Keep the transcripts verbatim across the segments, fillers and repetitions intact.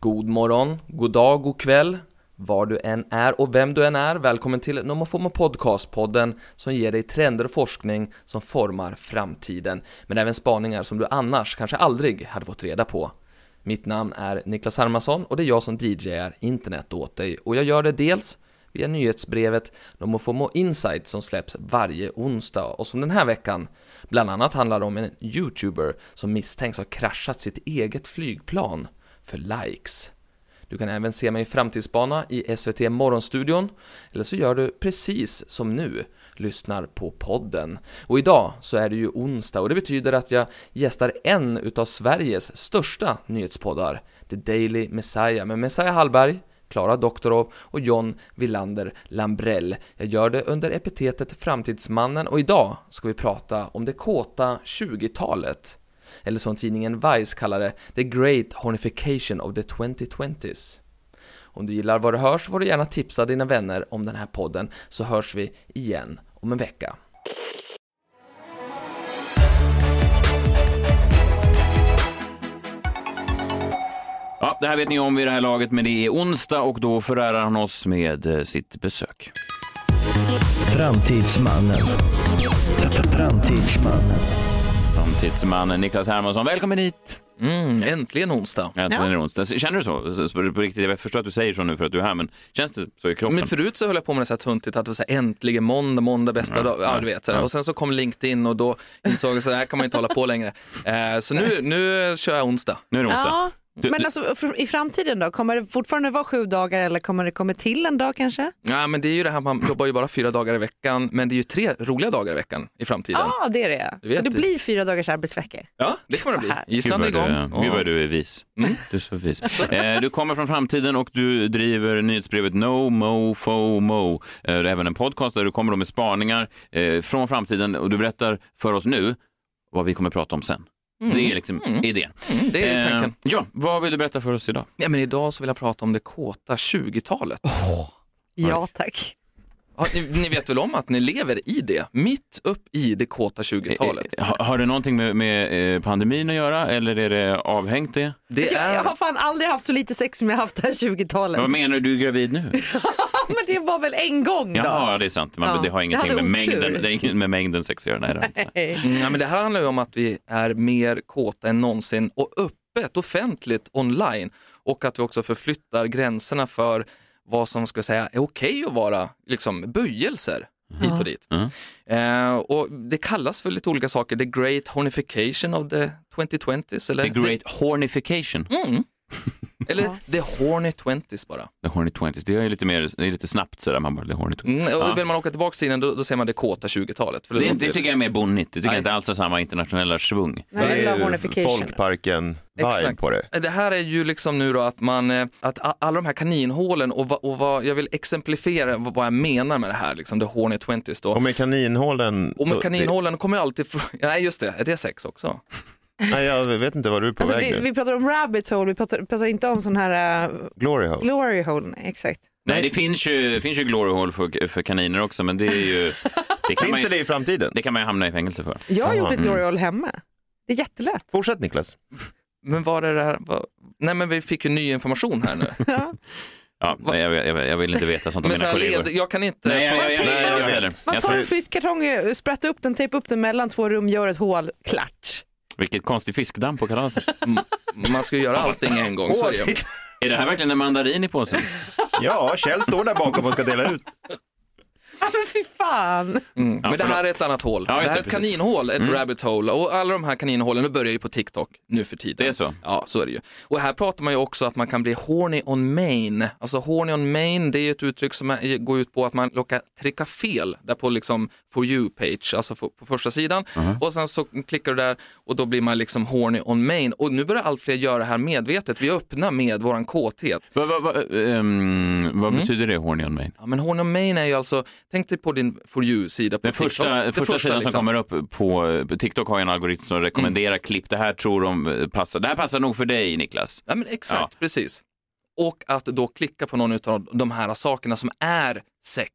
God morgon, god dag, god kväll, var du än är och vem du än är. Välkommen till NomoFomo Podcast-podden som ger dig trender och forskning som formar framtiden. Men även spaningar som du annars kanske aldrig hade fått reda på. Mitt namn är Niklas Hermansson och det är jag som D J:ar internet åt dig. Och jag gör det dels via nyhetsbrevet NomoFomo Insight som släpps varje onsdag. Och som den här veckan bland annat handlar om en YouTuber som misstänks ha kraschat sitt eget flygplan för likes. Du kan även se mig i Framtidsbana i S V T Morgonstudion, eller så gör du precis som nu, lyssnar på podden. Och idag så är det ju onsdag och det betyder att jag gästar en utav Sveriges största nyhetspoddar, The Daily Messiah, med Messiah Hallberg, Klara Doktorov och John Wilander Lambrell. Jag gör det under epitetet Framtidsmannen och idag ska vi prata om det kåta tjugotalet. Eller som tidningen Vice kallar det, The Great Hornification of the twenty twenties. Om du gillar vad du hörs får du gärna tipsa dina vänner om den här podden, så hörs vi igen om en vecka. Ja, det här vet ni om vid det här laget, men det är onsdag och då förärar han oss med sitt besök. Framtidsmannen. Framtidsmannen. Framtidsmannen Niklas Hermansson, välkommen hit. Mm, äntligen onsdag. Äntligen ja. onsdag. Känner du så? så? På riktigt, jag förstår att du säger så nu för att du är här, men känns det så i kroppen? Men förut så höll jag på med det så här tuntigt att det var så här, äntligen måndag, måndag bästa ja, dag. Ja, du vet. Så ja. Och sen så kom LinkedIn och då insåg jag så här kan man inte hålla på längre. Eh, så nu, nu kör jag onsdag. Nu är det onsdag. Ja. Du, men alltså i framtiden då, kommer det fortfarande vara sju dagar eller kommer det komma till en dag kanske? Ja, men det är ju det här, man jobbar ju bara fyra dagar i veckan, men det är ju tre roliga dagar i veckan i framtiden. Ja, det är det. Så det blir fyra dagars arbetsveckor. Ja, det kommer det bli. Island är igång. Gud vad du är vis. Mm. Du är så vis. eh, du kommer från framtiden och du driver nyhetsbrevet NomoFomo. Eh, det är även en podcast där du kommer med spaningar eh, från framtiden och du berättar för oss nu vad vi kommer prata om sen. Mm. Det är liksom mm. idén. Mm, det är tanken. Eh, ja, vad vill du berätta för oss idag? Ja, men idag så vill jag prata om det kåta tjugotalet. Oh. Ja, tack. Ja, ni, ni vet väl om att ni lever i det, mitt upp i det kåta tjugotalet. Eh, har, har det någonting med, med pandemin att göra eller är det avhängt det? det är... jag, jag har fan aldrig haft så lite sex som jag haft det här tjugotalet. Vad menar du, du är gravid nu? Men det var väl en gång då? Ja, det är sant. Man, ja, det har ingenting med mängden, det är inget med mängden sex att göra. Nej, det Nej. Mm, men det här handlar ju om att vi är mer kåta än någonsin och öppet, offentligt, online. Och att vi också förflyttar gränserna för vad som ska säga är okej att vara liksom böjelser hit och dit. Mm. Eh, och det kallas för lite olika saker. The Great Hornification of the twenty twenties. Eller The Great the... Hornification? Mm. Eller ja. The Horny twenties bara. The Horny twenties, det är lite mer, det är lite snabbt sådär, man bara, The Horny twenties. Mm, och ja. vill man åka tillbaka till den, då, då ser man det kåta tjugotalet. För det, det, det tycker jag är mer bonnigt, det tycker Nej. jag inte alls är samma internationella svung. Nej, det är ju folkparken vibe på det. Det här är ju liksom nu då att man, att alla de här kaninhålen och, va, och vad, jag vill exemplifiera vad jag menar med det här, liksom The Horny twenties då. Och med kaninhålen... Och med kaninhålen det... kommer ju alltid, nej just det, är det sex också? Nej, jag vet inte vad du är på alltså, väg det, Vi pratar om rabbit hole, vi pratar, pratar inte om sån här... Uh, glory hole. Glory hole, nej, exakt. Nej, det finns ju, finns ju glory hole för, för kaniner också, men det är ju... Det kan finns man, det det i framtiden? Det kan man ju hamna i fängelse för. Jag har Aha. gjort ett glory hole hemma. Det är jättelätt. Fortsätt Niklas. Men var är det här... Var... Nej, men vi fick ju ny information här nu. Ja. Ja, nej, jag, jag, jag vill inte veta sånt om men mina kollegor. Led, jag kan inte... Nej, jag, jag, jag, nej, jag, jag, jag, man tar en flyttkartong, sprättar upp den, tejpar upp den mellan två rum, gör ett hål, klart. Vilket konstig fiskdamm på kalaset. Man ska ju göra allting en gång. Så är, det. Är det här verkligen en mandarin i påsen? Ja, Kjell står där bakom och ska dela ut. Alltså fy fan. Mm. Ja, men det här är ett annat hål. Ja, det här är ett kaninhål, ett mm. rabbit hole. Och alla de här kaninhålen, nu börjar ju på TikTok nu för tiden. Det är så? Ja, så är det ju. Och här pratar man ju också att man kan bli horny on main. Alltså horny on main, det är ett uttryck som går ut på att man råkar trycka fel där på liksom for you page, alltså på första sidan. Uh-huh. Och sen så klickar du där och då blir man liksom horny on main. Och nu börjar allt fler göra det här medvetet. Vi öppnar med våran kåthet. Va, va, va, um, vad mm. betyder det, horny on main? Ja, men horny on main är ju alltså, tänk dig på din for you-sida på den första, TikTok. Den första, första sidan liksom. Som kommer upp på, på TikTok har en algoritm som rekommenderar mm. klipp. Det här tror de passar. Det här passar nog för dig, Niklas. Ja, men exakt, ja. precis. Och att då klicka på någon av de här sakerna som är sex,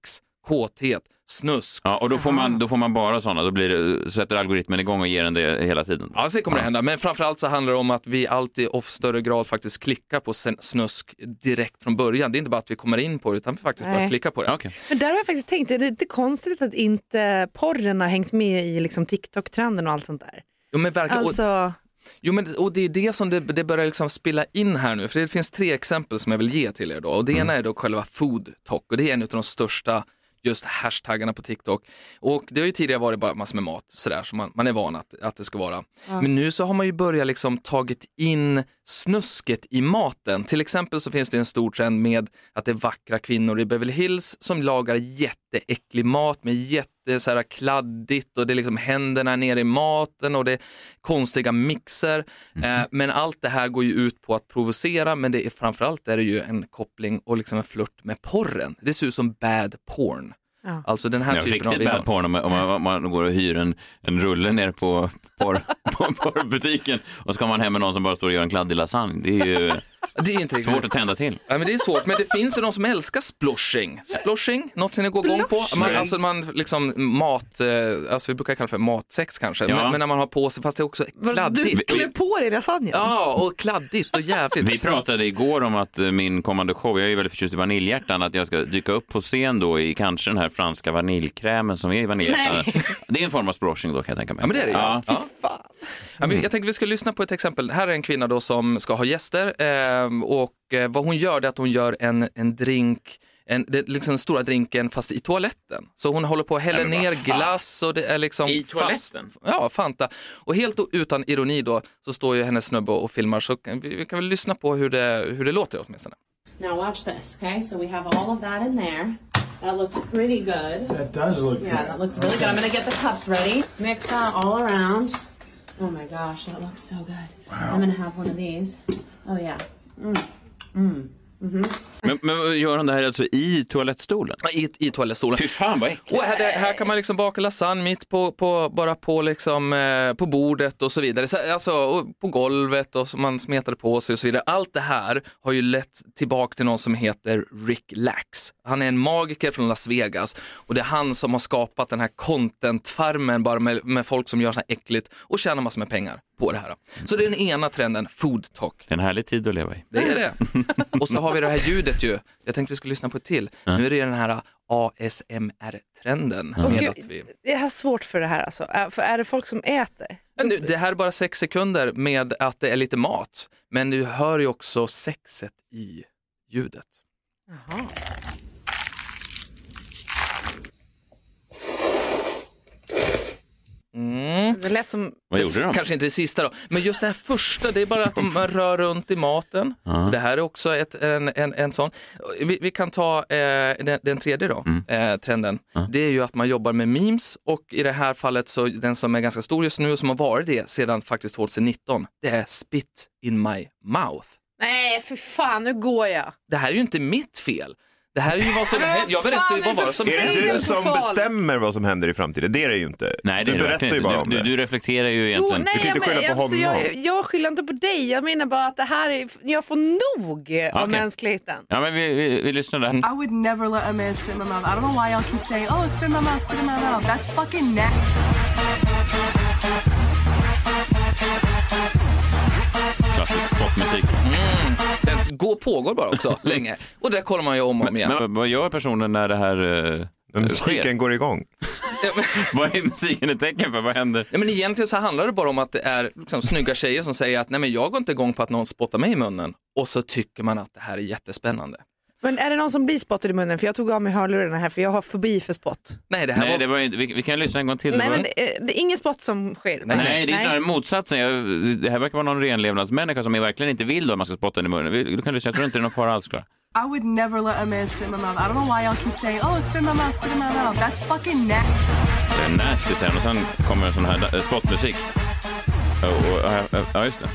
kåthet, snusk. Ja, och då får man, då får man bara sådana, då blir det, sätter algoritmen igång och ger den det hela tiden. Ja, så kommer ja. det hända. Men framförallt så handlar det om att vi alltid av större grad faktiskt klickar på snusk direkt från början. Det är inte bara att vi kommer in på det, utan vi faktiskt bara klickar på det. Okay. Men där har jag faktiskt tänkt, det är lite konstigt att inte porren har hängt med i liksom TikTok-trenden och allt sånt där. Jo, men verkligen. Alltså... Jo, men och det är det som det, det börjar liksom spilla in här nu. För det finns tre exempel som jag vill ge till er då. Och det mm. ena är då själva food talk. Och det är en av de största just hashtaggarna på TikTok. Och det har ju tidigare varit bara massor med mat sådär som man, man är van att, att det ska vara. Ja. Men nu så har man ju börjat liksom tagit in snusket i maten. Till exempel så finns det en stor trend med att det är vackra kvinnor i Beverly Hills som lagar jätteäcklig mat med jätte så här kladdigt och det är liksom händerna nere i maten och det är konstiga mixer. Mm. Eh, men allt det här går ju ut på att provocera, men det är framförallt är det ju en koppling och liksom en flört med porren. Det ser ut som bad porn. Ja. Alltså den här ja, typen riktigt av bad porn om man, om man, om man går och hyr en, en rulle ner på, porr, på porrbutiken och så kommer man hem med någon som bara står och gör en kladdig lasagne. Det är ju det är inte svårt riktigt. att tända till. Ja, men det är svårt, men det finns ju de som älskar sploshing. Sploshing, något som ni går igång på. Man, alltså man liksom mat, eh, alltså vi brukar kalla det för matsex kanske, ja. men, men när man har på sig, fast det är också kladdigt. Du klär på dig lasagne. Ja, och kladdigt och jävligt. Vi pratade igår om att min kommande show, jag är ju väldigt förtjust i vaniljhjärtan, att jag ska dyka upp på scen då i kanske den här franska vaniljkrämen som är i vaniljhjärtan. Det är en form av sploshing då, kan jag tänka mig. Ja, men det är det. Ja. Ja. Fan. Ja, jag tänkte vi ska lyssna på ett exempel. Här är en kvinna då som ska ha gäster eh, och eh, vad hon gör är att hon gör en, en drink, en, det, liksom den stora drinken fast i toaletten. Så hon håller på att hälla ner glass och det är liksom i toaletten? Fast, ja, Fanta. Och helt utan ironi då så står ju hennes snubbe och filmar, så kan vi, vi kan väl lyssna på hur det, hur det låter åtminstone. Now watch this, okay? So we have all of that in there. That looks pretty good. That does look good. Yeah, that looks really good. I'm gonna get the cups ready. Mix that all around. Oh my gosh, that looks so good. Wow. I'm gonna have one of these. Oh yeah. Mm. Mm. Mm-hmm. Men, men gör hon det här alltså i toalettstolen? I, i toalettstolen. Fy fan vad äckligt. Och här, här kan man liksom baka lasagne mitt på, på, bara på, liksom, eh, på bordet och så vidare. Så, alltså, och på golvet och så man smetade på sig och så vidare. Allt det här har ju lett tillbaka till någon som heter Rick Lax. Han är en magiker från Las Vegas och det är han som har skapat den här content-farmen bara med, med folk som gör så här äckligt och tjänar massor med pengar på det här. Så det är den ena trenden, food talk. Det är en härlig tid att leva i. Det är det. Och så har vi det här ljudet ju. Jag tänkte vi skulle lyssna på ett till. Mm. Nu är det den här A S M R-trenden. Mm. Med Gud, att vi... Det är svårt för det här alltså. För är det folk som äter? Nu, det här är bara sex sekunder med att det är lite mat. Men du hör ju också sexet i ljudet. Jaha. Mm. Det lät som... Vad gjorde de? Kanske inte det sista då. Men just det här första, det är bara att de rör runt i maten. Uh-huh. Det här är också ett, en, en, en sån. Vi, vi kan ta eh, den, den tredje då, mm. eh, trenden. Uh-huh. Det är ju att man jobbar med memes. Och i det här fallet så den som är ganska stor just nu, som har varit det sedan faktiskt tjugonitton, det är spit in my mouth. Nej, för fan, nu går jag. Det här är ju inte mitt fel. Det här är ju vad som händer. Jag berättar ju vad som händer. Är det du som bestämmer vad som händer i framtiden? Det är det ju inte. Nej, det du är berättar ju bara om du, det. du reflekterar ju egentligen. Jo, nej, du kan inte skylla på alltså, honom. Jag, jag skyller inte på dig. Jag menar bara att det här är... Jag får nog okay. av mänskligheten. Ja, men vi, vi, vi lyssnar där. I would never let a man spit in my mouth. I don't know why y'all keep saying, oh, spit in my mouth, spit in my mouth. That's fucking nasty. Klassisk sportmusik. Mm. Den går, pågår bara också länge. Och det kollar man ju om och om igen. Men, men vad gör personen när det här uh, musiken sker? Går igång? Vad är musiken ett tecken för? Vad händer? Ja, men egentligen så handlar det bara om att det är liksom snygga tjejer som säger att nej, men jag går inte igång på att någon spottar mig i munnen. Och så tycker man att det här är jättespännande. Men är det någon som blir spottad i munnen? För jag tog av mig hörlurarna här för jag har fobi för spott. Nej, det här Nej, var... det var inte, vi, vi kan lyssna en gång till. Nej, det, var... men det, det är ingen spott som sker. Nej, Nej det är snarare motsatsen. Jag, det här verkar vara någon renlevnadsmänniska som verkligen inte vill då att man ska spotta den i munnen. Du kan lyssna, jag tror inte det är någon fara alls, klar. I would never let a man spit in my mouth. I don't know why y'all keep saying, oh, spit in my mouth, spit in my mouth. That's fucking nasty. Det är nasty sen och sen kommer en sån här spottmusik. Ja, oh, oh, oh, oh, just det.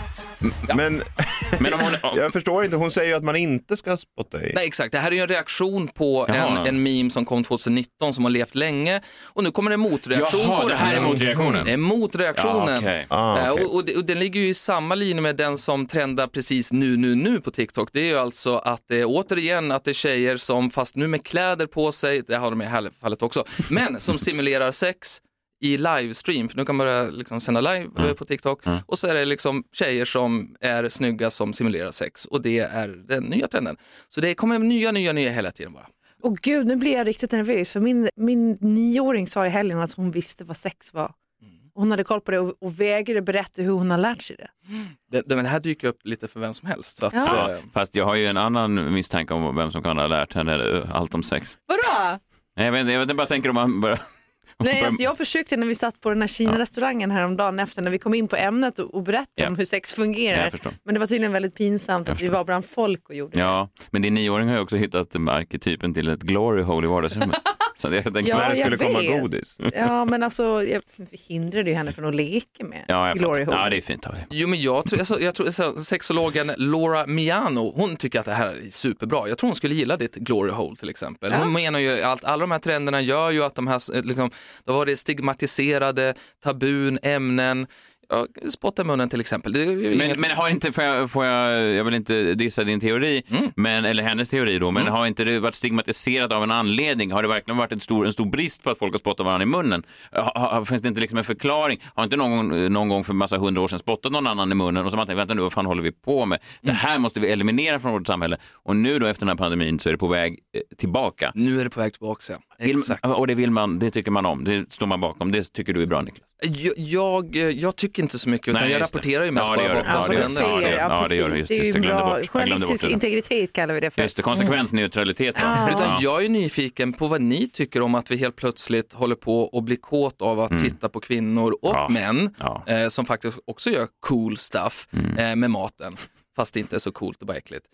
Men, Men om hon, om, jag förstår inte, hon säger ju att man inte ska spotta i. Nej, exakt. Det här är ju en reaktion på en, Jaha. en meme som kom tjugonitton som har levt länge. Och nu kommer det en motreaktion Jaha, på det här är motreaktionen. Det är motreaktionen. Ja, okej. Ah, Eh, okej. och, och, det- och den ligger ju i samma linje med den som trendar precis nu, nu, nu på TikTok. Det är ju alltså att det är återigen att det är tjejer som, fast nu med kläder på sig, det har de i det här fallet också, men som simulerar sex i livestream, för nu kan man börja liksom sända live mm. på TikTok mm. och så är det liksom tjejer som är snygga som simulerar sex och det är den nya trenden. Så det kommer nya, nya, nya hela tiden bara. Och gud, nu blir jag riktigt nervös för min, min nioåring sa i helgen att hon visste vad sex var. Hon hade koll på det och, och vägrade berätta hur hon har lärt sig det. Det, det, men det här dyker upp lite för vem som helst. Så att, Ja. eh, fast jag har ju en annan misstanke om vem som kan ha lärt henne allt om sex. Vadå? Nej, jag vet inte, jag vet inte, bara tänker om man bara... Nej, alltså jag försökte när vi satt på den här Kina-restaurangen häromdagen efter när vi kom in på ämnet och, och berättade Ja. om hur sex Ja, fungerar. jag förstår. Men det var tydligen väldigt pinsamt Jag att vi förstår. var bland folk och gjorde det. Ja, men din nioåring har ju också hittat arketypen till ett glory hole i vardagsrummet. Så det, jag tänker, Ja, När det skulle jag komma vet. godis. Ja, men alltså jag hindrade ju henne från att leka med ja, jag Glory fattar. Hole. Ja, det är fint av dig. Jo, men jag tror, jag, så- jag tror så- sexologen Laura Miano, hon tycker att det här är superbra. Jag tror hon skulle gilla ditt glory hole till exempel. Hon Ja. menar ju att alla de här trenderna gör ju att de här, liksom, då var det stigmatiserade tabun, ämnen, ja, spotta i munnen till exempel. Det är ju Men, inget... men har inte, får jag, får jag, jag vill inte dissa din teori, Mm. men, eller hennes teori då, men har inte det varit stigmatiserat av en anledning? Har det verkligen varit en stor, en stor brist på att folk har spottat varandra i munnen? Ha, ha, finns det inte liksom en förklaring? Har inte någon, någon gång för massa hundra år sedan spottat någon annan i munnen och så man tänker, vänta nu, vad fan håller vi på med? Det här måste vi eliminera från vårt samhälle. Och nu då efter den här pandemin så är det på väg eh, tillbaka. Nu är det på väg tillbaka, ja. Vill, Exakt. och det vill man, det tycker man om, det står man bakom, det tycker du är bra, Niklas. Jag, jag, jag tycker inte så mycket, utan Nej, jag just det. rapporterar ju mest Ja, det bara gör vad det. vad Ja, som det Som gör händer. det. du säger, Ja, ja, det gör det. precis. Just Det är det, ju jag glömde bra bort. Jag glömde journalistisk bort det. integritet kallar vi det för. Just det, konsekvensneutralitet. Ja. Utan jag är nyfiken på vad ni tycker om att vi helt plötsligt håller på att bli kåt av att titta på kvinnor och Ja. män Ja. eh, som faktiskt också gör cool stuff eh, med maten. Fast det inte är så coolt och bara äckligt.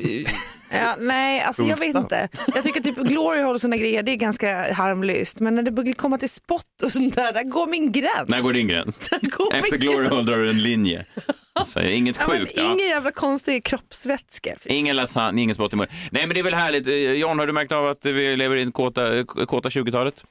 Ja, nej, alltså Cool jag vet stuff. inte. Jag tycker typ glory hole och såna grejer, det är ganska harmlöst. Men när det börjar komma till spott och sånt där, där går min gräns. När går din gräns? Där går min Efter glory gräns. hole drar du en linje. Alltså, inget Ja, men sjukt. Ja. ingen jävla konstig kroppsvätska. Ingen lasagne, ingen spott i munnen. Nej, men det är väl härligt. Eh, John, har du märkt av att vi lever i en kåta, kåta tjugotalet?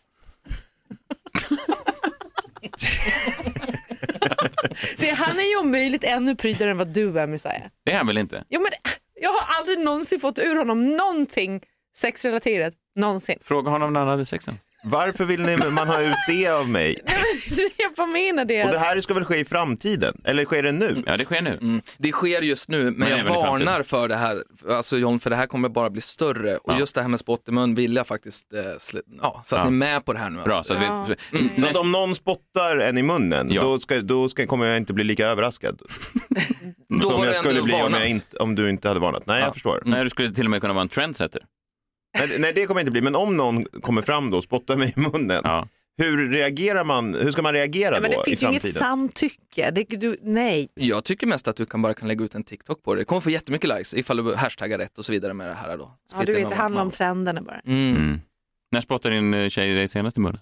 Det, han är ju om möjligt ännu prydare än vad du är, Messiah. Det är han väl inte? Jo, men jag har aldrig någonsin fått ur honom någonting sexrelaterat. Någonsin. Fråga honom när han hade sexen. Varför vill ni, man ha ut det av mig? Jag bara menar det. Och det här ska väl ske i framtiden? Eller sker det nu? Ja, det sker nu. Mm. Det sker just nu, men, Men jag även i varnar framtiden. för det här, alltså John, för det här kommer bara bli större. Och Ja. just det här med spott i mun vill jag faktiskt, eh, sl- ja, så att Ja. ni är med på det här nu. Bra, så att Ja. vi... Mm. Så att om någon spottar en i munnen, Ja. då, ska, då ska, kommer jag inte bli lika överraskad. Då Som var jag det skulle ändå bli om, varnat. jag inte, om du inte hade varnat. Nej, Ja. jag förstår. Nej, du skulle till och med kunna vara en trendsetter. Nej, nej, det kommer jag inte bli. Men om någon kommer fram då och spottar mig i munnen, Ja. hur reagerar man? Hur ska man reagera Ja, men då det i finns ju inget framtiden? samtycke. Det, du, nej. Jag tycker mest att du kan bara kan lägga ut en TikTok på det. Det kommer få jättemycket likes ifall du hashtaggar rätt och så vidare med det här då. Ja, du vet, det handlar om trenderna bara. Mm. Mm. När spottade din eh, tjej dig senast i munnen?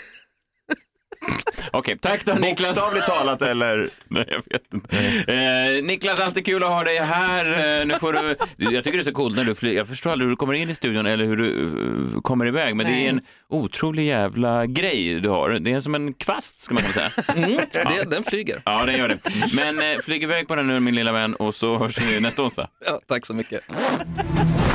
Okej, tack då Niklas. Bokstavligt talat eller? Nej, jag vet inte. Eh, Niklas, alltid kul att ha dig här. Eh, nu får du, jag tycker det är så coolt när du flyger. Jag förstår aldrig hur du kommer in i studion eller hur du uh, kommer iväg. Men Nej. det är en otrolig jävla grej du har. Det är som en kvast, ska man kunna säga. Mm. Det, den flyger. Ja, den gör det. Men eh, flyg iväg på den nu, min lilla vän. Och så hörs vi nästa onsdag. Ja, tack så mycket.